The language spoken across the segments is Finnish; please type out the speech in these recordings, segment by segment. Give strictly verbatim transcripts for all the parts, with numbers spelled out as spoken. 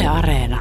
Yle Areena.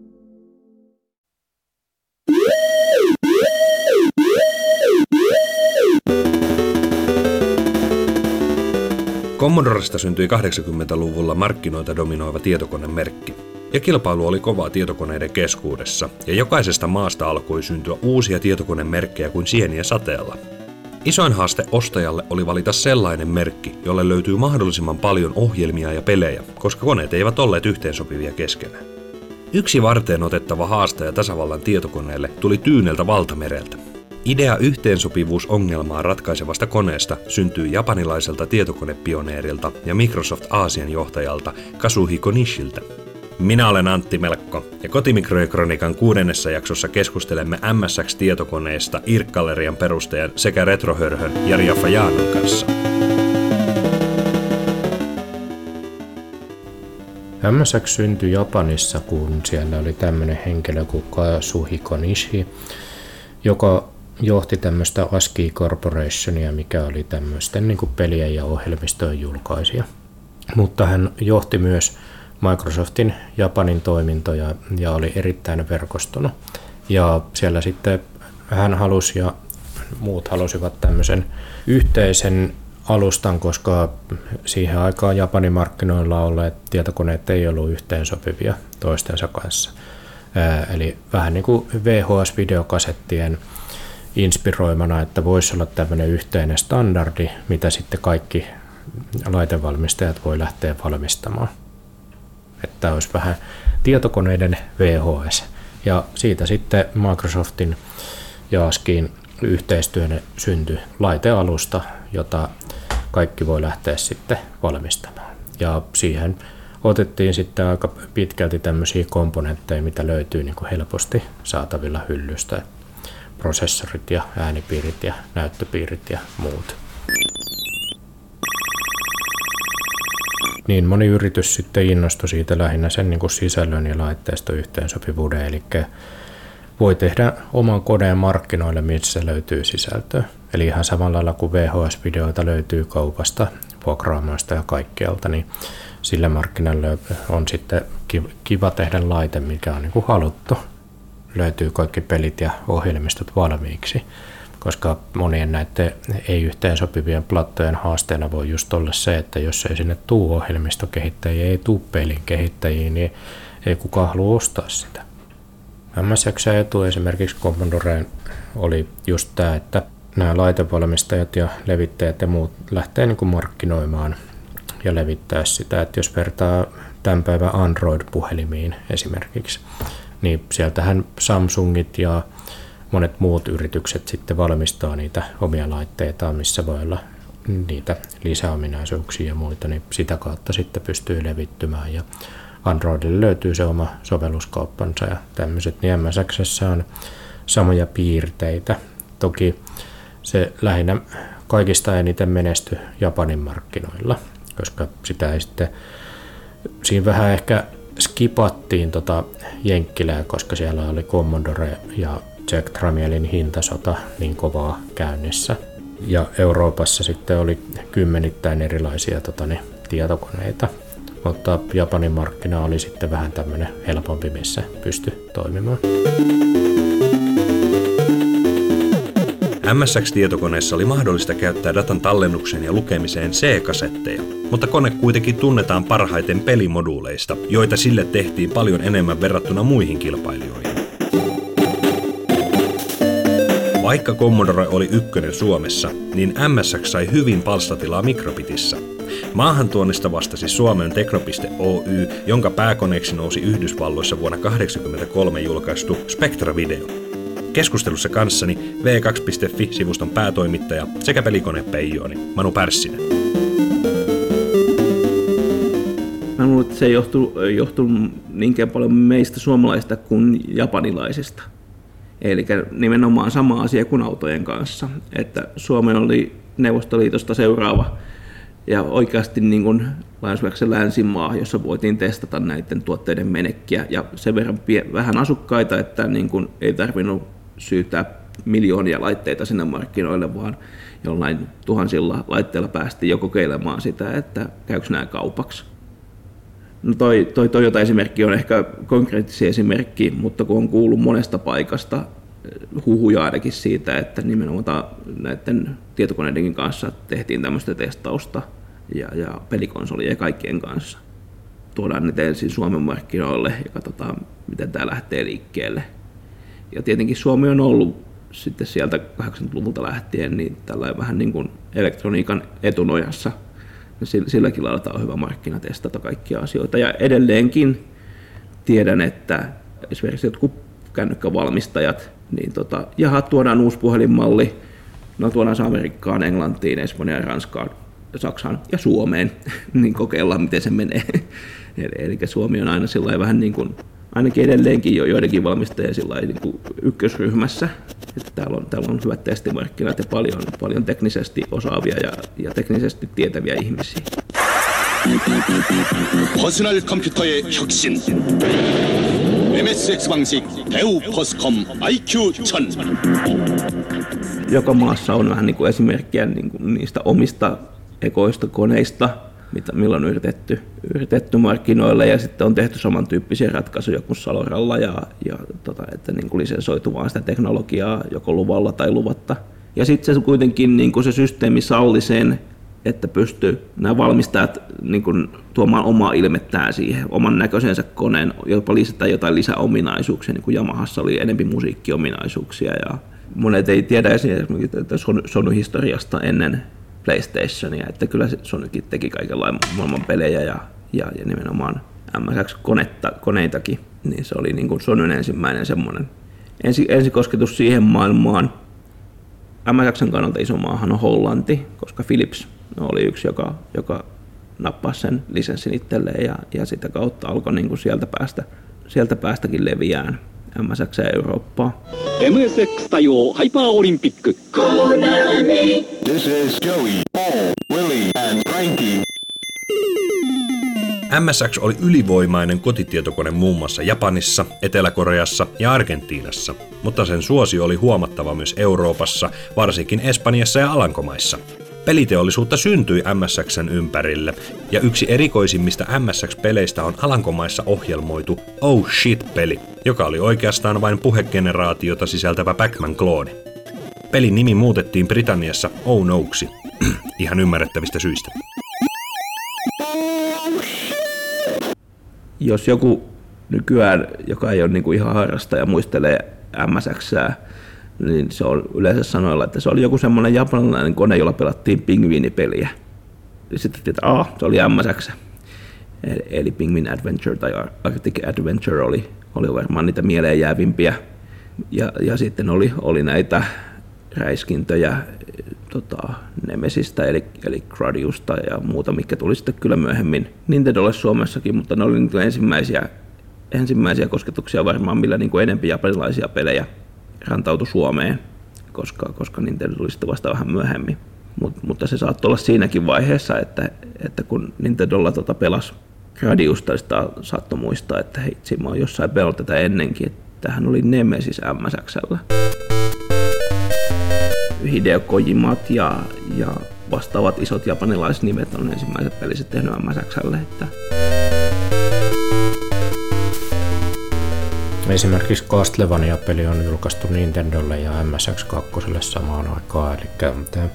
Commodoresta syntyi kahdeksankymmentäluvulla markkinoita dominoiva tietokonemerkki. Ja kilpailu oli kovaa tietokoneiden keskuudessa, ja jokaisesta maasta alkoi syntyä uusia tietokonemerkkejä kuin sieniä sateella. Isoin haaste ostajalle oli valita sellainen merkki, jolle löytyy mahdollisimman paljon ohjelmia ja pelejä, koska koneet eivät olleet yhteensopivia keskenään. Yksi varteen otettava haastaja tasavallan tietokoneelle tuli Tyyneltä valtamereltä. Idea yhteensopivuusongelmaa ratkaisevasta koneesta syntyi japanilaiselta tietokonepioneerilta ja Microsoft Aasian johtajalta Kazuhiko Nishiltä. Minä olen Antti Melkko, ja Kotimikrokronikan kuudennessa jaksossa keskustelemme M S X-tietokoneesta I R C-gallerian perustajan sekä retrohörhön Jari Fajanon kanssa. M S X syntyi Japanissa, kun siellä oli tämmöinen henkilö kuin Kazuhiko Nishi, joka johti tämmöistä ASCII Corporationia, mikä oli tämmöisten niin kuin pelien ja ohjelmistojen julkaisija. Mutta hän johti myös Microsoftin Japanin toimintoja ja oli erittäin verkostunut. Ja siellä sitten hän halusi ja muut halusivat tämmöisen yhteisen alustan, koska siihen aikaan Japanin markkinoilla olleet tietokoneet ei ollut yhteensopivia toistensa kanssa. Ää, eli vähän niin kuin V H S-videokasettien inspiroimana, että voisi olla tämmöinen yhteinen standardi, mitä sitten kaikki laitevalmistajat voi lähteä valmistamaan. Että olisi vähän tietokoneiden V H S. Ja siitä sitten Microsoftin ja ASCIin yhteistyön syntyi laitealusta, jota kaikki voi lähteä sitten valmistamaan. Ja siihen otettiin sitten aika pitkälti tämmöisiä komponentteja, mitä löytyy niin kuin helposti saatavilla hyllystä. Prosessorit ja äänipiirit ja näyttöpiirit ja muut. Niin moni yritys sitten innostui siitä lähinnä sen niin kuin sisällön ja laitteiston yhteensopivuuden, eli voi tehdä oman koneen markkinoille, missä löytyy sisältöä. Eli ihan samalla lailla kuin V H S-videoita löytyy kaupasta, vuokraamoista ja kaikkialta, niin sillä markkinoilla on sitten kiva tehdä laite, mikä on niin kuin haluttu. Löytyy kaikki pelit ja ohjelmistot valmiiksi, koska monien näiden ei-yhteensopivien plattojen haasteena voi just olla se, että jos ei sinne tuu ohjelmistokehittäjiä, ei tuu pelin kehittäjiä, niin ei kukaan halua ostaa sitä. M S X:n etu esimerkiksi Commodoreen oli just tämä, että nämä laitevalmistajat ja levittäjät ja muut lähtee niin kuin markkinoimaan ja levittää sitä, että jos vertaa tämän päivän Android-puhelimiin esimerkiksi, niin sieltähän Samsungit ja monet muut yritykset sitten valmistaa niitä omia laitteitaan, missä voi olla niitä lisäominaisuuksia ja muita, niin sitä kautta sitten pystyy levittymään. Ja Androidille löytyy se oma sovelluskauppansa ja tämmöiset, niin M S X:ssä on samoja piirteitä. Toki se lähinnä kaikista eniten menesty Japanin markkinoilla, koska sitä ei sitten, siinä vähän ehkä skipattiin tota Jenkkilää, koska siellä oli Commodore ja Jack Tramielin hintasota niin kovaa käynnissä. Ja Euroopassa sitten oli kymmenittäin erilaisia tota, niin, tietokoneita, mutta Japanin markkina oli sitten vähän tämmöinen helpompi, missä pystyi toimimaan. M S X-tietokoneessa oli mahdollista käyttää datan tallennukseen ja lukemiseen C-kasetteja, mutta kone kuitenkin tunnetaan parhaiten pelimoduuleista, joita sille tehtiin paljon enemmän verrattuna muihin kilpailijoihin. Vaikka Commodore oli ykkönen Suomessa, niin M S X sai hyvin palstatilaa Microbitissä. Maahantuonnista vastasi Suomen Teknopiste Oy, jonka pääkoneeksi nousi Yhdysvalloissa vuonna tuhatyhdeksänsataakahdeksankymmentäkolme julkaistu Spectra-video. Keskustelussa kanssani V kaksi piste fi-sivuston päätoimittaja sekä pelikone-peijooni Manu Pärssinen. Mä luulen, että se ei johtu, johtu niinkään paljon meistä suomalaisista kuin japanilaisista. Eli nimenomaan sama asia kuin autojen kanssa, että Suomen oli Neuvostoliitosta seuraava ja oikeasti niin kuin lainausmerkeissä länsimaa, jossa voitiin testata näiden tuotteiden menekkiä ja sen verran pie- vähän asukkaita, että niin kuin ei tarvinnut syytää miljoonia laitteita sinne markkinoille, vaan jollain tuhansilla laitteilla päästiin jo kokeilemaan sitä, että käykö nämä kaupaksi. No toi, toi Toyota-esimerkki on ehkä konkreettinen esimerkki, mutta kun on kuullut monesta paikasta huhuja ainakin siitä, että nimenomaan näiden tietokoneidenkin kanssa tehtiin tämmöistä testausta ja, ja pelikonsolien ja kaikkien kanssa. Tuodaan niitä ensin Suomen markkinoille ja katsotaan, miten tämä lähtee liikkeelle. Ja tietenkin Suomi on ollut sitten sieltä kahdeksankymmentäluvulta lähtien niin tällainen vähän niin kuin elektroniikan etunojassa. Silläkin lailla on hyvä markkina testata kaikkia asioita. Ja edelleenkin tiedän, että esimerkiksi jotkut kännykkävalmistajat, niin tota, jaha, tuodaan uusi puhelinmalli, no tuodaan se Amerikkaan, Englantiin, Espanjaan, Ranskaan, Saksaan ja Suomeen, niin kokeillaan miten se menee. Eli Suomi on aina sillä vähän niin kuin, ainakin edelleenkin jo joidenkin valmistajien sillä niin kuin ykkösryhmässä. Että täällä, on, täällä on hyvät testimarkkinat ja paljon, paljon teknisesti osaavia ja, ja teknisesti tietäviä ihmisiä. 퍼스널 컴퓨터의 혁신 엠에스엑스 방식 대우 퍼스컴 아이큐 천. Joka maassa on vähän niin kuin esimerkkiä niin kuin niistä omista ekoista koneista, mitä milloin on yritetty, yritetty markkinoille, ja sitten on tehty samantyyppisiä ratkaisuja kuin Saloralla, ja, ja tota, että niin kuin lisensoitu vaan sitä teknologiaa joko luvalla tai luvatta. Ja sitten se kuitenkin niin kuin se systeemi salli sen, että pystyy nämä valmistajat niin kuin tuomaan omaa ilmettään siihen, oman näköisensä koneen, jopa lisätä jotain lisäominaisuuksia, niin kuin Yamahassa oli enemmän musiikkiominaisuuksia, ja monet ei tiedä esimerkiksi että Sony-historiasta ennen PlayStationia, että kyllä Sonykin teki kaikenlainen maailman pelejä ja, ja, ja nimenomaan M S X-koneitakin, niin se oli niin kuin Sonyn ensimmäinen semmoinen ensi, ensikosketus siihen maailmaan. M S X:n kannalta iso maahan on Hollanti, koska Philips oli yksi, joka, joka nappasi sen lisenssin itselleen ja, ja sitä kautta alkoi niin kuin sieltä, päästä, sieltä päästäkin leviään M S X ja Eurooppaa. M S X tajoo Hyper Olympic. This is Joey, Paul, Willie and Frankie. M S X oli ylivoimainen kotitietokone muun muassa Japanissa, Etelä-Koreassa ja Argentiinassa, mutta sen suosio oli huomattava myös Euroopassa, varsinkin Espanjassa ja Alankomaissa. Peliteollisuutta syntyi M S X:n ympärille, ja yksi erikoisimmista M S X-peleistä on Alankomaissa ohjelmoitu Oh Shit-peli, joka oli oikeastaan vain puhegeneraatiota sisältävä Pac-Man-klooni. Pelin nimi muutettiin Britanniassa Oh Noksi, ihan ymmärrettävistä syistä. Jos joku nykyään, joka ei ole niin kuin ihan harrastaja, muistelee M S X:ää, niin se on yleensä sanoilla, että se oli joku semmoinen japanilainen kone, jolla pelattiin pingviinipeliä. Sitten tietää, että se oli M S X. Eli Penguin Adventure tai Arctic Adventure oli, oli varmaan niitä mieleen jäävimpiä. Ja, ja sitten oli, oli näitä räiskintöjä tota, Nemesistä eli, eli Gradiusta ja muuta, mikä tuli sitten kyllä myöhemmin Nintendolle Suomessakin, mutta ne oli niin ensimmäisiä, ensimmäisiä kosketuksia varmaan, millä niin enemmän japanilaisia pelejä rantautui Suomeen, koska, koska Nintendo tuli sitten vasta vähän myöhemmin. Mut, mutta se saattoi olla siinäkin vaiheessa, että, että kun Nintendolla tota pelasi Gradiusta, sitä saattoi muistaa, että hei, mä oon jossain pelannut tätä ennenkin, että tämähän oli Nemesis M S X:llä. Hideo Kojimat ja, ja vastaavat isot japanilaisnimet on ensimmäiset peliset tehnyt M S X:lle. Että esimerkiksi Castlevania-peli on julkaistu Nintendolle ja M S X kaksi samaan aikaan, eli tämä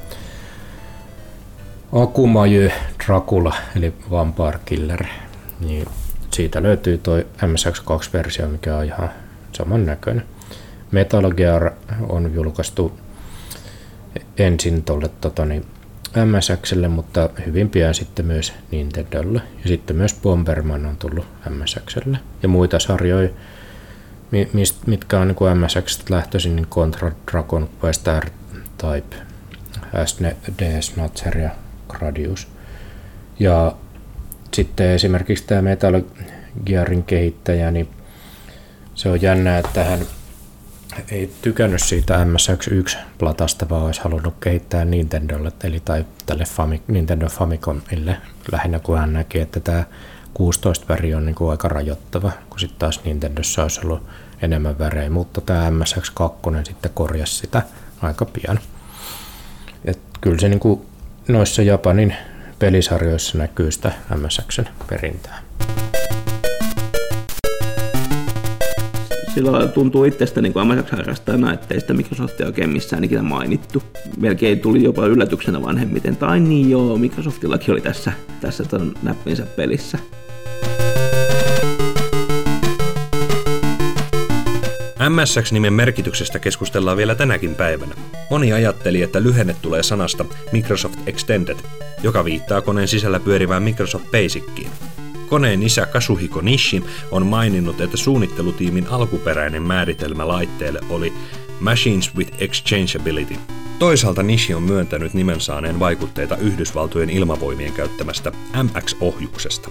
Akumajo Dracula, eli Vampire Killer, niin siitä löytyy toi M S X kaksi-versio, mikä on ihan samannäköinen. Metal Gear on julkaistu ensin tuolle tota, niin M S X:lle, mutta hyvin pian sitten myös Nintendolle. Ja sitten myös Bomberman on tullut M S X:lle. Ja muita sarjoja, mitkä on niin kuin M S X:stä lähtöisin, niin Contra, Dragon Quest, R-Type, S D Snatcher ja Gradius. Ja sitten esimerkiksi tämä Metal Gearin kehittäjä, niin se on jännä, että hän ei tykännyt siitä M S X yksi platasta, vaan olisi halunnut kehittää Nintendolle, eli tai tälle Fami, Nintendo Famicomille lähinnä, kun hän näki, että tämä kuusitoista väri on niin kuin aika rajoittava, kun sitten taas Nintendossa olisi ollut enemmän värejä, mutta tämä M S X kaksi sitten korjasi sitä aika pian. Et kyllä se niin kuin noissa Japanin pelisarjoissa näkyy sitä M S X:n perintää. Silloin tuntuu itsestä niin M S X-harrastajana, ettei sitä Microsoftia oikein missään ikinä mainittu. Melkein tuli jopa yllätyksenä vanhemmiten, tai niin joo, Microsoftillakin oli tässä, tässä ton näppinsä pelissä. M S X-nimen merkityksestä keskustellaan vielä tänäkin päivänä. Moni ajatteli, että lyhenne tulee sanasta Microsoft Extended, joka viittaa koneen sisällä pyörivään Microsoft Basiciin. Koneen isä Kazuhiko Nishi on maininnut, että suunnittelutiimin alkuperäinen määritelmä laitteelle oli Machines with Exchangeability. Toisaalta Nishi on myöntänyt nimen saaneen vaikutteita Yhdysvaltojen ilmavoimien käyttämästä M X-ohjuksesta.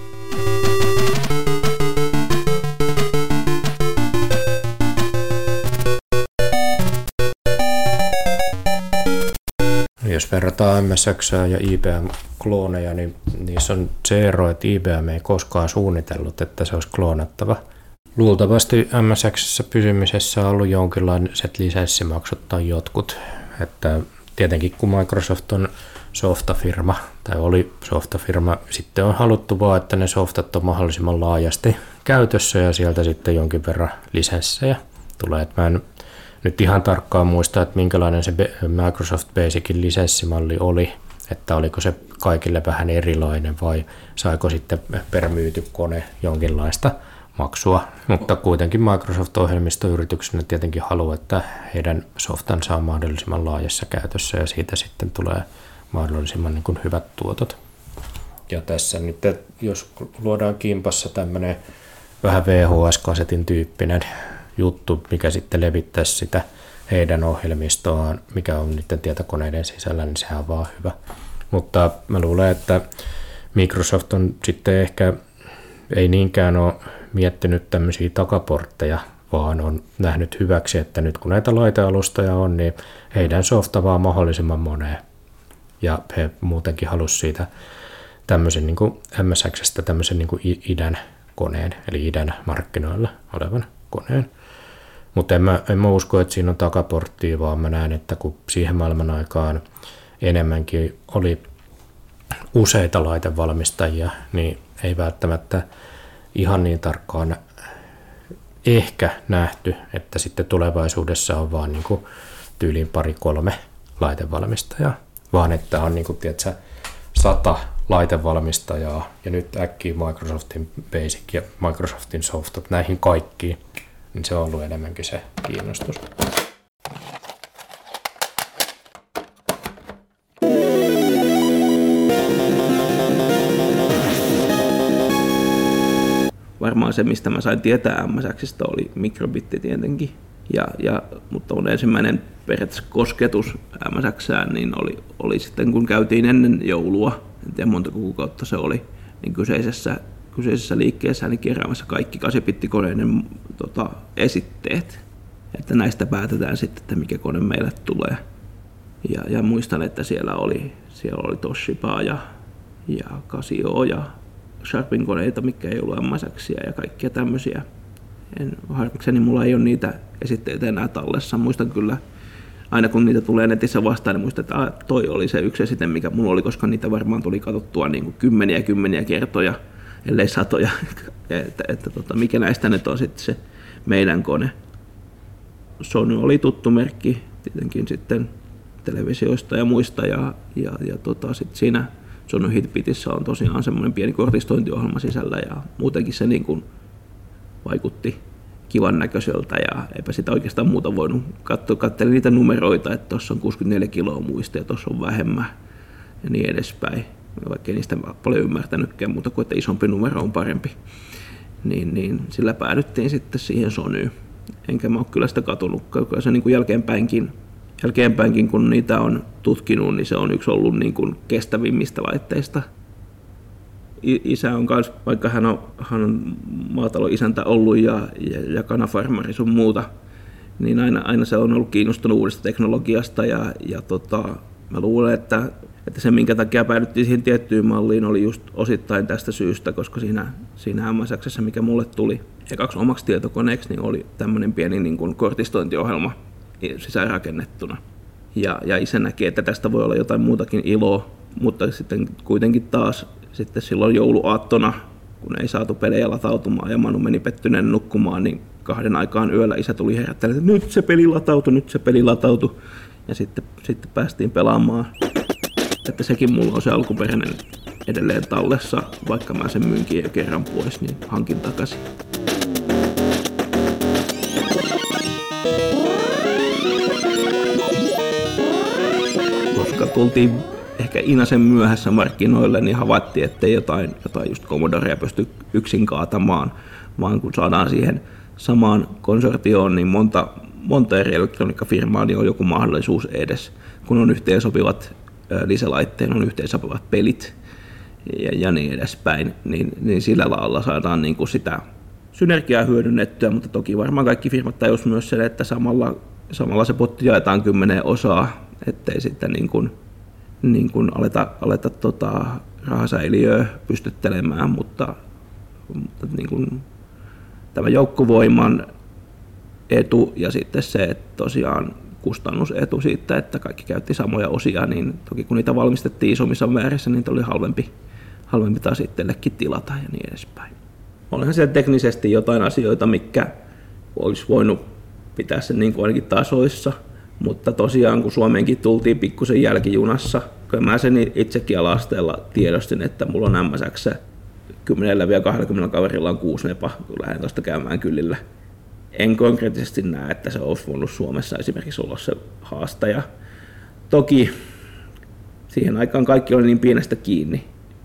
Jos verrataan M S X:ää ja I B M-klooneja, niin niissä on se ero, että I B M ei koskaan suunnitellut, että se olisi kloonattava. Luultavasti M S X:ssä pysymisessä on ollut jonkinlaiset lisenssimaksut tai jotkut. Että tietenkin kun Microsoft on softafirma tai oli softafirma, sitten on haluttu vaan, että ne softat on mahdollisimman laajasti käytössä ja sieltä sitten jonkin verran lisenssejä tulee. Että mä en nyt ihan tarkkaan muista, että minkälainen se Microsoft Basicin lisenssimalli oli, että oliko se kaikille vähän erilainen vai saiko sitten per myyty kone jonkinlaista maksua. Mutta kuitenkin Microsoft-ohjelmistoyrityksenä tietenkin haluaa, että heidän softansa on mahdollisimman laajassa käytössä ja siitä sitten tulee mahdollisimman niin kuin hyvät tuotot. Ja tässä nyt, jos luodaan kimpassa tämmöinen vähän V H S-kasetin tyyppinen juttu, mikä sitten levittäisi sitä heidän ohjelmistoaan, mikä on niiden tietokoneiden sisällä, niin sehän on vaan hyvä. Mutta mä luulen, että Microsoft on sitten ehkä ei niinkään ole miettinyt tämmöisiä takaportteja, vaan on nähnyt hyväksi, että nyt kun näitä laitealustoja on, niin heidän softa vaan mahdollisimman moneen. Ja he muutenkin halusivat siitä tämmöisen niin kuin M S X:stä tämmöisen niin kuin idän koneen, eli idän markkinoilla olevan koneen. Mutta en mä, en mä usko, että siinä on takaporttia, vaan mä näen, että kun siihen maailman aikaan enemmänkin oli useita laitevalmistajia, niin ei välttämättä ihan niin tarkkaan ehkä nähty, että sitten tulevaisuudessa on vaan niin kuin tyyliin pari kolme laitevalmistajaa, vaan että on niin kuin, tiedätkö, sata laitevalmistajaa ja nyt äkkiä Microsoftin Basic ja Microsoftin softat näihin kaikkiin, niin se on ollut enemmänkin se kiinnostus. Varmaan se, mistä mä sain tietää M S X:stä, oli mikrobitti tietenkin. Ja, ja, mutta mun ensimmäinen periaatteessa kosketus M S X:ään niin oli, oli sitten, kun käytiin ennen joulua, en tiedä monta kuukautta se oli, niin kyseisessä, kyseisessä liikkeessä niin keräämässä kaikki kahdeksan-bittikoneiden tota, esitteet. Että näistä päätetään sitten, että mikä kone meille tulee. Ja, ja muistan, että siellä oli, siellä oli Toshibaa ja, ja Casio ja Sharpin koneita, mitkä ei ollut M S X:iä ja kaikkia tämmöisiä. En, harmikseni mulla ei ole niitä esitteitä enää tallessa. Muistan kyllä, aina kun niitä tulee netissä vastaan, niin muistan, että ah, toi oli se yksi esite, mikä mulla oli, koska niitä varmaan tuli katsottua niin kuin kymmeniä kymmeniä kertoja, ellei satoja, että, että tota, mikä näistä nyt on sitten se meidän kone. Sony oli tuttu merkki tietenkin sitten televisioista ja muista, ja, ja, ja tota, sit siinä Sony Hitbitissä on tosiaan semmoinen pieni kortistointiohjelma sisällä, ja muutenkin se niin kuin vaikutti kivan näköiseltä, ja eipä sitä oikeastaan muuta voinut katsoa. Katselin niitä numeroita, että tuossa on kuusikymmentäneljä kiloa muista ja tuossa on vähemmän ja niin edespäin. Vaikka niistä paljon ymmärtänytkään muuta kuin, että isompi numero on parempi. Niin, niin sillä päädyttiin sitten siihen Sonyyn. Enkä mä ole kyllä sitä katunut. Kyllä se niin kuin jälkeenpäinkin, jälkeenpäinkin, kun niitä on tutkinut, niin se on yksi ollut niin kuin kestävimmistä laitteista. Isä on myös, vaikka hän on, hän on maatalon isäntä ollut ja, ja, ja kanafarmari sun muuta, niin aina, aina se on ollut kiinnostunut uudesta teknologiasta. Ja, ja tota, mä luulen, että, että se minkä takia päädyttiin siihen tiettyyn malliin oli just osittain tästä syystä, koska siinä, siinä M S X:ssä, mikä mulle tuli ekaksi omaksi tietokoneeksi, niin oli tämmöinen pieni niin kuin kortistointiohjelma sisäänrakennettuna. Ja, ja isä näki, että tästä voi olla jotain muutakin iloa, mutta sitten kuitenkin taas sitten silloin jouluaattona, kun ei saatu pelejä latautumaan ja Manu meni pettyneen nukkumaan, niin kahden aikaan yöllä isä tuli herättämään, että nyt se peli latautui, nyt se peli latautui. Ja sitten, sitten päästiin pelaamaan. Että sekin mulla on se alkuperäinen edelleen tallessa, vaikka mä sen myynkin jo kerran pois, niin hankin takaisin. Koska tultiin ehkä inasen myöhässä markkinoille, niin havaittiin, ettei jotain, jotain just Commodorea pysty yksin kaatamaan, vaan kun saadaan siihen samaan konsortioon niin monta, monta eri elektroniikkafirmaa, niin on joku mahdollisuus edes, kun on yhteensopivat lisälaitteen, on yhteensopivat pelit ja, ja niin edespäin, niin, niin sillä lailla saadaan niin kuin sitä synergiaa hyödynnettyä, mutta toki varmaan kaikki firmat tajus myös sen, että samalla, samalla se potti jaetaan kymmeneen osaa, ettei sitten niin kuin, niin kuin aleta, aleta tota rahasäiliöä pystyttelemään, mutta, mutta niin kuin tämä joukkovoiman etu ja sitten se, että tosiaan kustannusetu siitä, että kaikki käytti samoja osia, niin toki kun niitä valmistettiin isommissa määrissä, niin oli halvempi, halvempi taas itsellekin tilata ja niin edespäin. Olihan siellä teknisesti jotain asioita, mitkä olisi voinut pitää sen niin kuin ainakin tasoissa, mutta tosiaan kun Suomeenkin tultiin pikkusen jälkijunassa, kun mä sen itsekin ala-asteella tiedostin, että mulla on M S X kymmenen kaksikymmentä kaverilla on kuusi nepa, kun lähden tuosta käymään kylillä. En konkreettisesti näe, että se olisi voinut Suomessa esimerkiksi olla se haastaja. Toki siihen aikaan kaikki oli niin pienestä kiinni.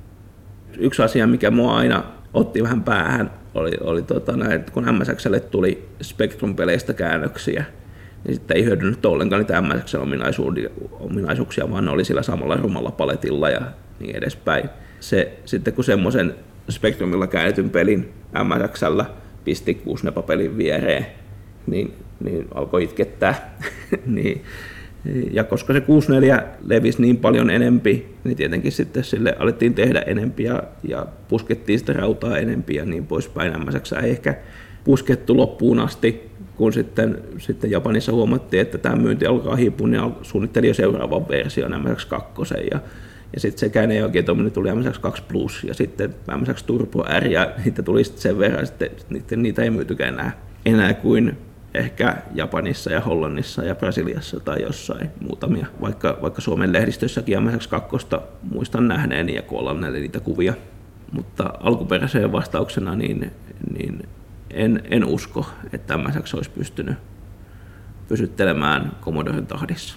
Yksi asia, mikä mua aina otti vähän päähän, oli, oli tota näin, että kun M S X:lle tuli Spectrum-peleistä käännöksiä, niin sitten ei hyödynnetty ollenkaan niitä M S X-ominaisuuksia, vaan ne oli sillä samalla rumalla paletilla ja niin edespäin. Se, sitten kun semmoisen Spectrumilla käännetyn pelin M S X:llä pisti kuusi nepa-pelin viereen, niin, niin alkoi itkettää. niin, ja koska se kuusikymmentäneljä levisi niin paljon enempi, niin tietenkin sitten sille alettiin tehdä enempi ja, ja puskettiin sitä rautaa enempi ja niin poispäin. M S X ei ehkä puskettu loppuun asti, kun sitten, sitten Japanissa huomattiin, että tämä myynti alkaa hiipua, niin suunnitteli jo seuraavan version M S X kaksi. Ja, ja sitten se käänne oikein tuommoinen tuli M S X kaksi Plus ja sitten M S X Turbo R ja niitä tuli sitten sen verran, sitten niitä, niitä ei myytykään enää, enää kuin ehkä Japanissa ja Hollannissa ja Brasiliassa tai jossain muutamia, vaikka, vaikka Suomen lehdistössäkin M S X kaksi muistan nähneeni ja kuollaan niitä kuvia. Mutta alkuperäiseen vastauksena niin, niin en, en usko, että M S X olisi pystynyt pysyttelemään Commodoren tahdissa.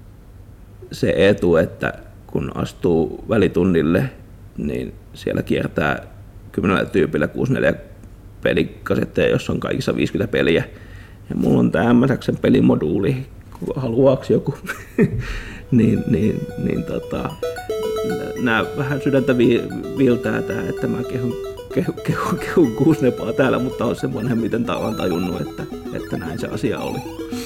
Se etu, että kun astuu välitunnille, niin siellä kiertää kymmenellä tyypillä kuusikymmentäneljä pelikasetteja, jossa on kaikissa viisikymmentä peliä. Ja mulla on tämä M S X:n pelimoduuli, haluaako joku, niin, niin, niin tota, nää vähän sydäntä viiltää tää, että mä kehun, kehun, kehun, kehun kuusi nepaa täällä, mutta on se vanhemmiten on tajunnut, että, että näin se asia oli.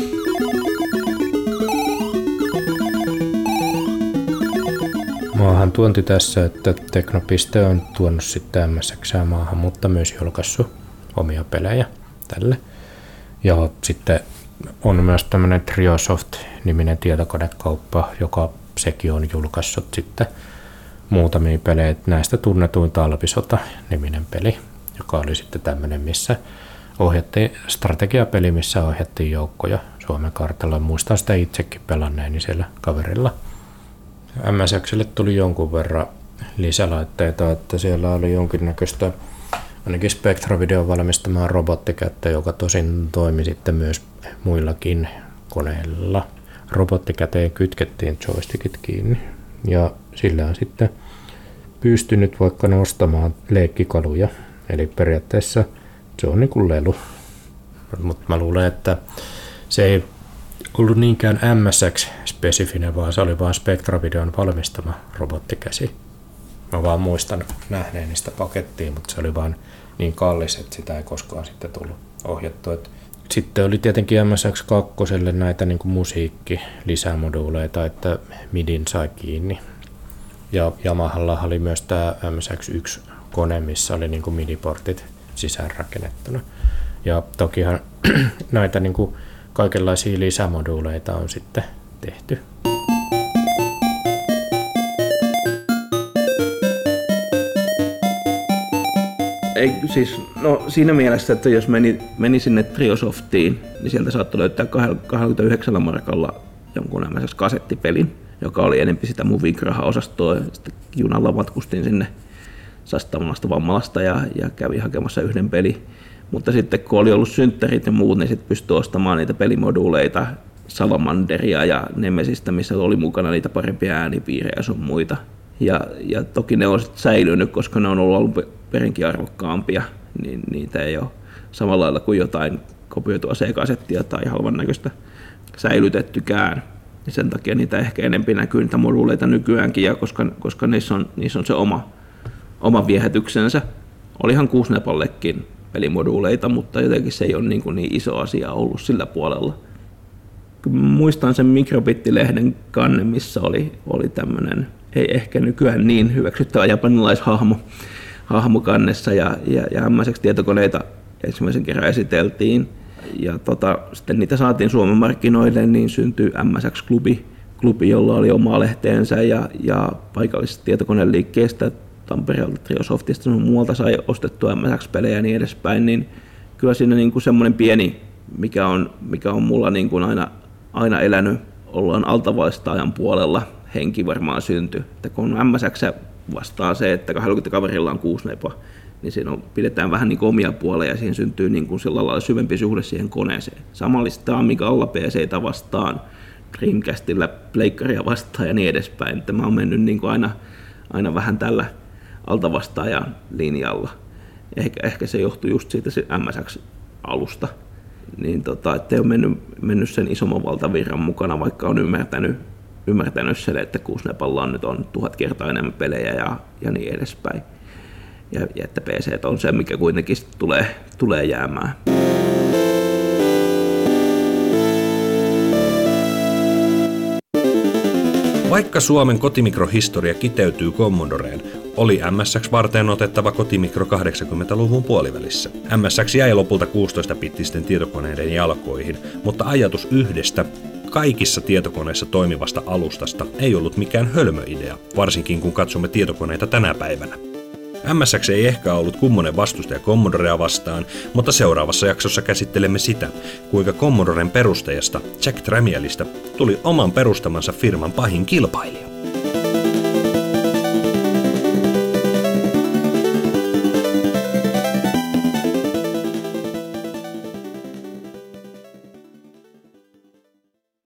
Maahan tuonti tässä, että Teknopiste on tuonut sitten M S X:ää maahan, mutta myös julkaissut omia pelejä tälle. Ja sitten on myös tämmöinen Triosoft-niminen tietokonekauppa, joka sekin on julkaissut sitten muutamia pelejä. Näistä tunnetuin Talvisota-niminen peli, joka oli sitten tämmöinen, missä ohjattiin strategiapeli, missä ohjattiin joukkoja Suomen kartalla. Muistan sitä itsekin pelanneeni siellä kaverilla. M S X:lle tuli jonkun verran lisälaitteita, että siellä oli jonkinnäköistä ainakin Spectra-videon valmistamaan robottikättä, joka tosin toimi sitten myös muillakin koneilla. Robottikäteen kytkettiin joystickit kiinni ja sillä on sitten pystynyt vaikka nostamaan leikkikaluja. Eli periaatteessa se on niin kuin lelu. Mutta mä luulen, että se ei ollut niinkään M S X-spesifinen, vaan se oli vaan Spectra-videon valmistama robottikäsi. Mä vaan muistan nähneeni sitä pakettia, mutta se oli vaan niin kallis, että sitä ei koskaan sitten tullut ohjattua. Sitten oli tietenkin M S X kaksi näitä niin kuin musiikki-lisämoduuleita, että midin sai kiinni. Ja Yamahalla oli myös tämä M S X yksi kone, missä oli niin kuin midiportit sisäänrakennettuna. Ja tokihan näitä niin kuin kaikenlaisia lisämoduuleita on sitten tehty. ei, siis, no, siinä mielessä, että jos meni, meni sinne Triosoftiin, niin sieltä saattoi löytää kaksikymmentäyhdeksän markalla jonkun nämmöisessä kasettipelin, joka oli enempi sitä Movigraha-osastoa. Sitten junalla matkustin sinne Sastamalasta Vammalasta ja, ja kävin hakemassa yhden peli. Mutta sitten kun oli ollut synttärit ja muut, niin sitten pystyi ostamaan niitä pelimoduuleita, Salamanderia ja Nemesistä, missä oli mukana niitä parempia äänipiirejä ja sun muita. Ja, ja toki ne on säilynyt, koska ne on ollut alun perinkin arvokkaampia, niin niitä ei ole samalla lailla kuin jotain kopioitua C-kasettia tai halvan näköistä säilytettykään. Ja sen takia niitä ehkä enemmän näkyy niitä moduuleita nykyäänkin, ja koska, koska niissä, on, niissä on se oma, oma viehätyksensä. Olihan kuusnepallekin pelimoduuleita, mutta jotenkin se ei ole niin, kuin niin iso asia ollut sillä puolella. Muistan sen Mikrobittilehden kannen, missä oli, oli tämmöinen, ei ehkä nykyään niin hyväksyttävä japanilaishahmo hahmo kannessa, ja, ja, ja M S X-tietokoneita ensimmäisen kerran esiteltiin. Ja tota, sitten niitä saatiin Suomen markkinoille, niin syntyi M S X-klubi, klubi, jolla oli oma lehteensä, ja, ja paikallisesta tietokoneliikkeestä, Tampereelta, Triosoftista ja muualta sai ostettua M S X-pelejä ja niin edespäin, niin kyllä siinä niin kuin semmoinen pieni, mikä on, mikä on mulla niin kuin aina, aina elänyt, ollaan altavastaajan puolella, henki varmaan syntyi. Että kun M S X vastaa se, että kaksikymmentä kaverilla on kuusi nepa, niin siinä on, pidetään vähän niin kuin omia puolia ja siihen syntyy niin kuin sillä lailla syvempi suhde siihen koneeseen. Samallista Amigalla P C:tä vastaan, Dreamcastilla Pleikkaria vastaan ja niin edespäin. Että mä oon mennyt niin kuin aina, aina vähän tällä altavastaajan linjalla. Ehkä, ehkä se johtuu just siitä se M S X-alusta. Niin tota, ettei ole mennyt, mennyt sen isomman valtavirran mukana, vaikka on ymmärtänyt, ymmärtänyt sen, että kuusnepalla nyt on tuhat kertaa enemmän pelejä ja, ja niin edespäin. Ja, ja että P C on se, mikä kuitenkin tulee, tulee jäämään. Vaikka Suomen kotimikrohistoria kiteytyy Commodoreen, oli M S X varten otettava kotimikro kahdeksankymmentäluvun puolivälissä. M S X jäi lopulta kuusitoista-bittisten tietokoneiden jalkoihin, mutta ajatus yhdestä kaikissa tietokoneissa toimivasta alustasta ei ollut mikään hölmöidea, varsinkin kun katsomme tietokoneita tänä päivänä. M S X ei ehkä ollut kummonen vastustaja Commodorea vastaan, mutta seuraavassa jaksossa käsittelemme sitä, kuinka Commodoren perustajasta Jack Tramielista tuli oman perustamansa firman pahin kilpailija.